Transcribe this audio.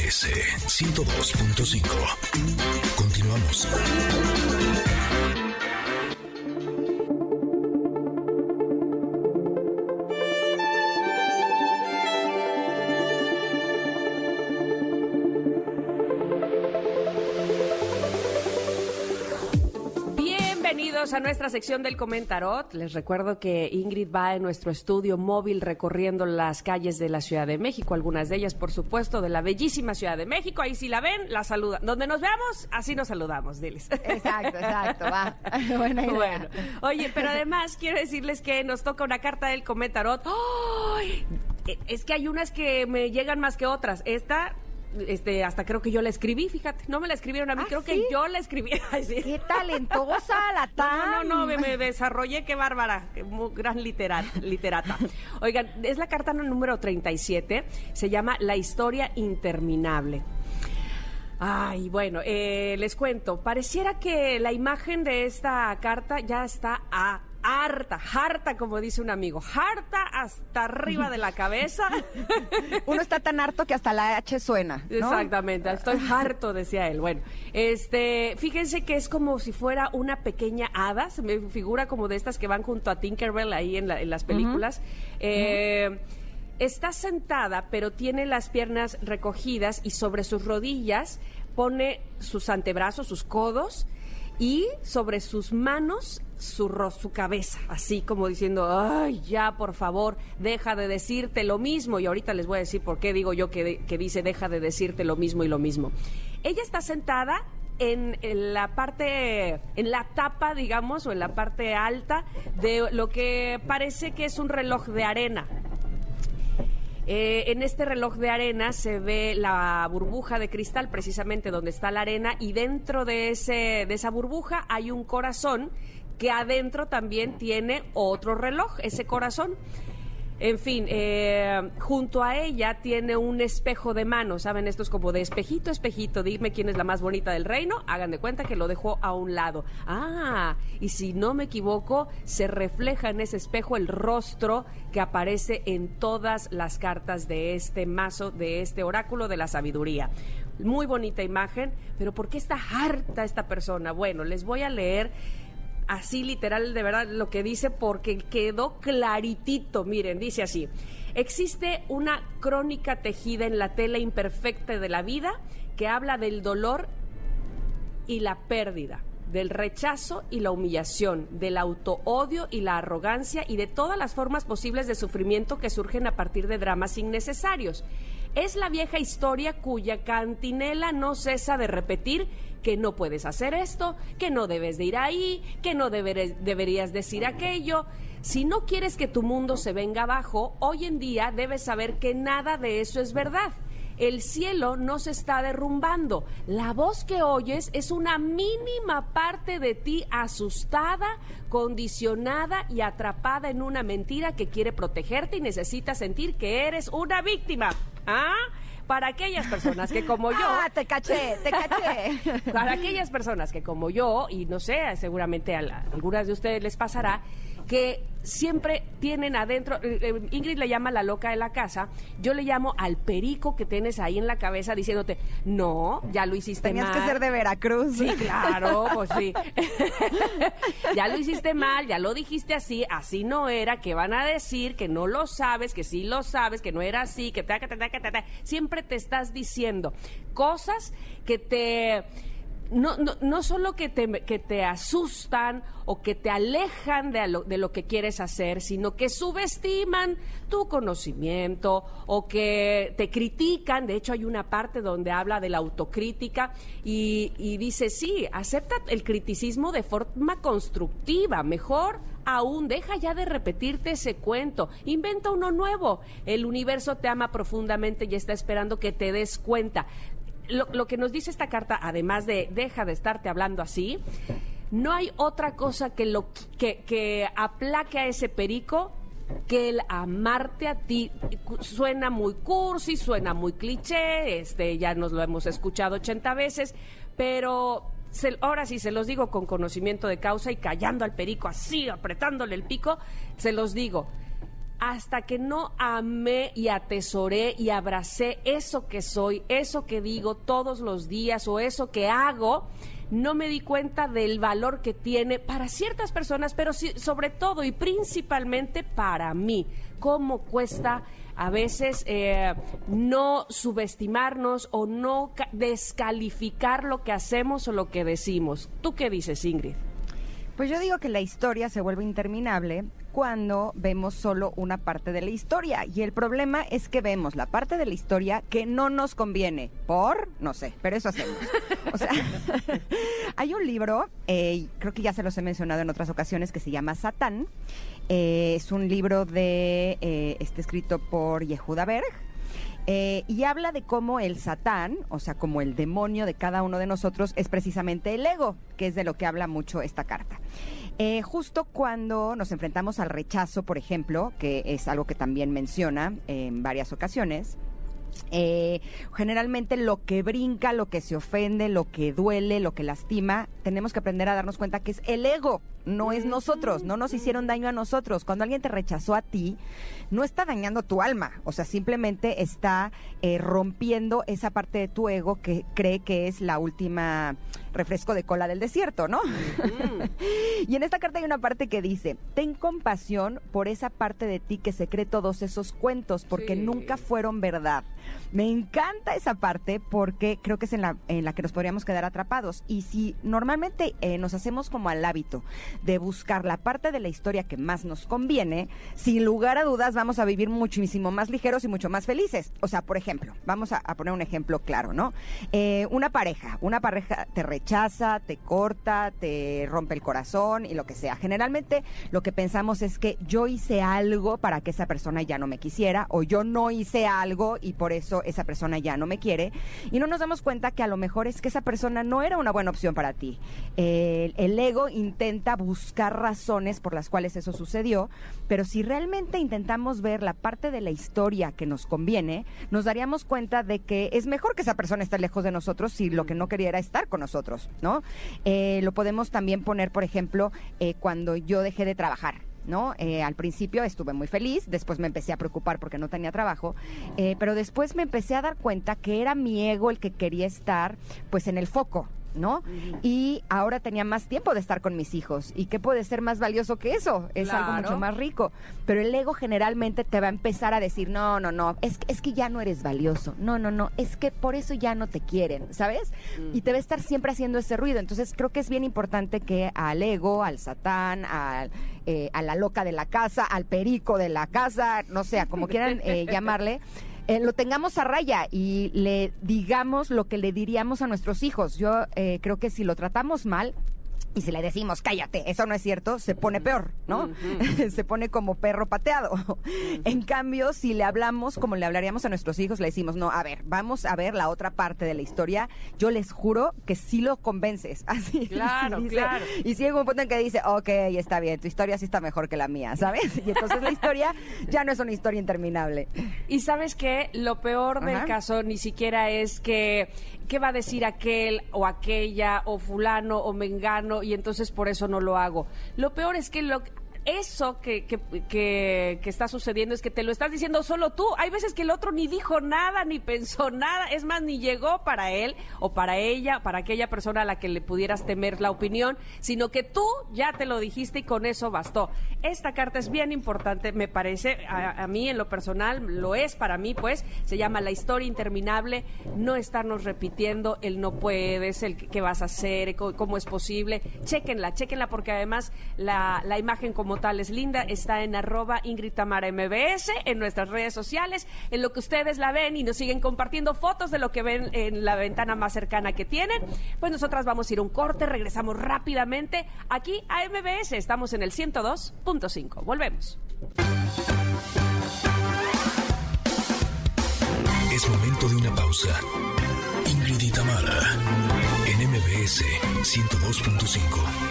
MBS 102.5. Continuamos. Bienvenidos a nuestra sección del Comentarot. Les recuerdo que Ingrid va en nuestro estudio móvil recorriendo las calles de la Ciudad de México, algunas de ellas, por supuesto, de la bellísima Ciudad de México. Ahí si la ven, la saludan. Donde nos veamos, así nos saludamos, diles. Exacto, va. Buena idea. Bueno, oye, pero además quiero decirles que nos toca una carta del Comentarot. ¡Ay! Es que hay unas que me llegan más que otras. Esta... hasta creo que yo la escribí, fíjate, no me la escribieron a mí, creo que yo la escribí. Ay, sí. ¡Qué talentosa la tan! No, me desarrollé, qué bárbara, qué muy gran literata. Oigan, es la carta número 37, se llama La historia interminable. Ay, bueno, les cuento, pareciera que la imagen de esta carta ya está harta, como dice un amigo, harta hasta arriba de la cabeza. Uno está tan harto que hasta la H suena, ¿no? Exactamente, estoy harto, decía él. Bueno, fíjense que es como si fuera una pequeña hada, se me figura como de estas que van junto a Tinkerbell ahí en las películas. Está sentada, pero tiene las piernas recogidas y sobre sus rodillas pone sus antebrazos, sus codos, y sobre sus manos su cabeza, así como diciendo, ay, ya, por favor, deja de decirte lo mismo. Y ahorita les voy a decir por qué digo yo que dice deja de decirte lo mismo y lo mismo. Ella está sentada en la parte, en la tapa, digamos, o en la parte alta de lo que parece que es un reloj de arena. En este reloj de arena se ve la burbuja de cristal, precisamente donde está la arena, y dentro de esa burbuja hay un corazón que adentro también tiene otro reloj, ese corazón. En fin, junto a ella tiene un espejo de mano, ¿saben? Esto es como de espejito, dime quién es la más bonita del reino, hagan de cuenta que lo dejó a un lado. Y si no me equivoco, se refleja en ese espejo el rostro que aparece en todas las cartas de este mazo, de este oráculo de la sabiduría. Muy bonita imagen, pero ¿por qué está harta esta persona? Bueno, les voy a leer así literal, de verdad, lo que dice, porque quedó claritito. Miren, dice así: existe una crónica tejida en la tela imperfecta de la vida que habla del dolor y la pérdida, del rechazo y la humillación, del autoodio y la arrogancia y de todas las formas posibles de sufrimiento que surgen a partir de dramas innecesarios. Es la vieja historia cuya cantinela no cesa de repetir que no puedes hacer esto, que no debes de ir ahí, que no deberías decir aquello. Si no quieres que tu mundo se venga abajo, hoy en día debes saber que nada de eso es verdad. El cielo no se está derrumbando. La voz que oyes es una mínima parte de ti asustada, condicionada y atrapada en una mentira que quiere protegerte y necesita sentir que eres una víctima. Para aquellas personas que como yo... te caché. Para aquellas personas que como yo, y no sé, seguramente a algunas de ustedes les pasará, que siempre tienen adentro, Ingrid le llama la loca de la casa, yo le llamo al perico que tienes ahí en la cabeza diciéndote, no, ya lo hiciste mal. Tenías que ser de Veracruz. Sí, claro, pues sí. Ya lo hiciste mal, ya lo dijiste así no era, que van a decir que no lo sabes, que sí lo sabes, que no era así, que siempre te estás diciendo cosas que te... No solo que te asustan o que te alejan de lo que quieres hacer, sino que subestiman tu conocimiento o que te critican. De hecho, hay una parte donde habla de la autocrítica y dice, sí, acepta el criticismo de forma constructiva, mejor aún, deja ya de repetirte ese cuento, inventa uno nuevo. El universo te ama profundamente y está esperando que te des cuenta. Lo que nos dice esta carta, además de deja de estarte hablando así, no hay otra cosa que aplaque a ese perico que el amarte a ti. Suena muy cursi, suena muy cliché, ya nos lo hemos escuchado 80 veces, pero ahora sí se los digo con conocimiento de causa y callando al perico así, apretándole el pico, se los digo. hasta que no amé y atesoré y abracé eso que soy, eso que digo todos los días o eso que hago, no me di cuenta del valor que tiene para ciertas personas, pero sí, sobre todo y principalmente para mí. Cómo cuesta a veces no subestimarnos o no descalificar lo que hacemos o lo que decimos. ¿Tú qué dices, Ingrid? Pues yo digo que la historia se vuelve interminable cuando vemos solo una parte de la historia. Y el problema es que vemos la parte de la historia que no nos conviene. No sé, pero eso hacemos. O sea, hay un libro, creo que ya se los he mencionado en otras ocasiones, que se llama Satán. Es un libro está escrito por Yehuda Berg. Y habla de cómo el Satán, o sea, como el demonio de cada uno de nosotros, es precisamente el ego, que es de lo que habla mucho esta carta. Justo cuando nos enfrentamos al rechazo, por ejemplo, que es algo que también menciona en varias ocasiones, generalmente lo que brinca, lo que se ofende, lo que duele, lo que lastima, tenemos que aprender a darnos cuenta que es el ego, no es nosotros, no nos hicieron daño a nosotros. Cuando alguien te rechazó a ti, no está dañando tu alma, o sea, simplemente está rompiendo esa parte de tu ego que cree que es la última refresco de cola del desierto, ¿no? Y en esta carta hay una parte que dice: ten compasión por esa parte de ti que se cree todos esos cuentos, porque nunca fueron verdad. Me encanta esa parte porque creo que es en la que nos podríamos quedar atrapados. Y si normalmente nos hacemos como al hábito de buscar la parte de la historia que más nos conviene, sin lugar a dudas vamos a vivir muchísimo más ligeros y mucho más felices. O sea, por ejemplo, vamos a poner un ejemplo claro, ¿no? Una pareja te rechaza, te corta, te rompe el corazón y lo que sea. Generalmente lo que pensamos es que yo hice algo para que esa persona ya no me quisiera, o yo no hice algo y por eso esa persona ya no me quiere, y no nos damos cuenta que a lo mejor es que esa persona no era una buena opción para ti. El ego intenta buscar razones por las cuales eso sucedió, pero si realmente intentamos ver la parte de la historia que nos conviene, nos daríamos cuenta de que es mejor que esa persona esté lejos de nosotros si lo que no quería era estar con nosotros, ¿no? Lo podemos también poner, por ejemplo, cuando yo dejé de trabajar, ¿no? Al principio estuve muy feliz, después me empecé a preocupar porque no tenía trabajo, pero después me empecé a dar cuenta que era mi ego el que quería estar, pues, en el foco, ¿no? Y ahora tenía más tiempo de estar con mis hijos. ¿Y qué puede ser más valioso que eso? Es algo mucho más rico. Pero el ego generalmente te va a empezar a decir, no, es que ya no eres valioso. No, es que por eso ya no te quieren, ¿sabes? Y te va a estar siempre haciendo ese ruido. Entonces creo que es bien importante que al ego, al Satán, a la loca de la casa, al perico de la casa, no sé, como quieran llamarle, lo tengamos a raya y le digamos lo que le diríamos a nuestros hijos. Yo creo que si lo tratamos mal y si le decimos, cállate, eso no es cierto, se pone peor, ¿no? Se pone como perro pateado. En cambio, si le hablamos como le hablaríamos a nuestros hijos, le decimos, no, a ver, vamos a ver la otra parte de la historia, yo les juro que sí lo convences. Así. Claro, dice, claro. Y si llega un punto en que dice, ok, está bien, tu historia sí está mejor que la mía, ¿sabes? Y entonces la historia ya no es una historia interminable. Y ¿sabes qué? Lo peor del caso ni siquiera es que ¿qué va a decir aquel o aquella o fulano o mengano? Y entonces por eso no lo hago. Lo peor es que eso que está sucediendo es que te lo estás diciendo solo tú. Hay veces que el otro ni dijo nada, ni pensó nada, es más, ni llegó para él o para ella, para aquella persona a la que le pudieras temer la opinión, sino que tú ya te lo dijiste y con eso bastó. Esta carta es bien importante, me parece, a mí en lo personal, lo es para mí, pues, se llama La historia interminable, no estarnos repitiendo el no puedes, el qué vas a hacer, cómo es posible. Chéquenla porque además la imagen como tal es linda, está en @IngridTamaraMBS, en nuestras redes sociales, en lo que ustedes la ven y nos siguen compartiendo fotos de lo que ven en la ventana más cercana que tienen. Pues nosotras vamos a ir a un corte, regresamos rápidamente aquí a MBS, estamos en el 102.5, volvemos. Es momento de una pausa. Ingrid y Tamara, en MBS 102.5.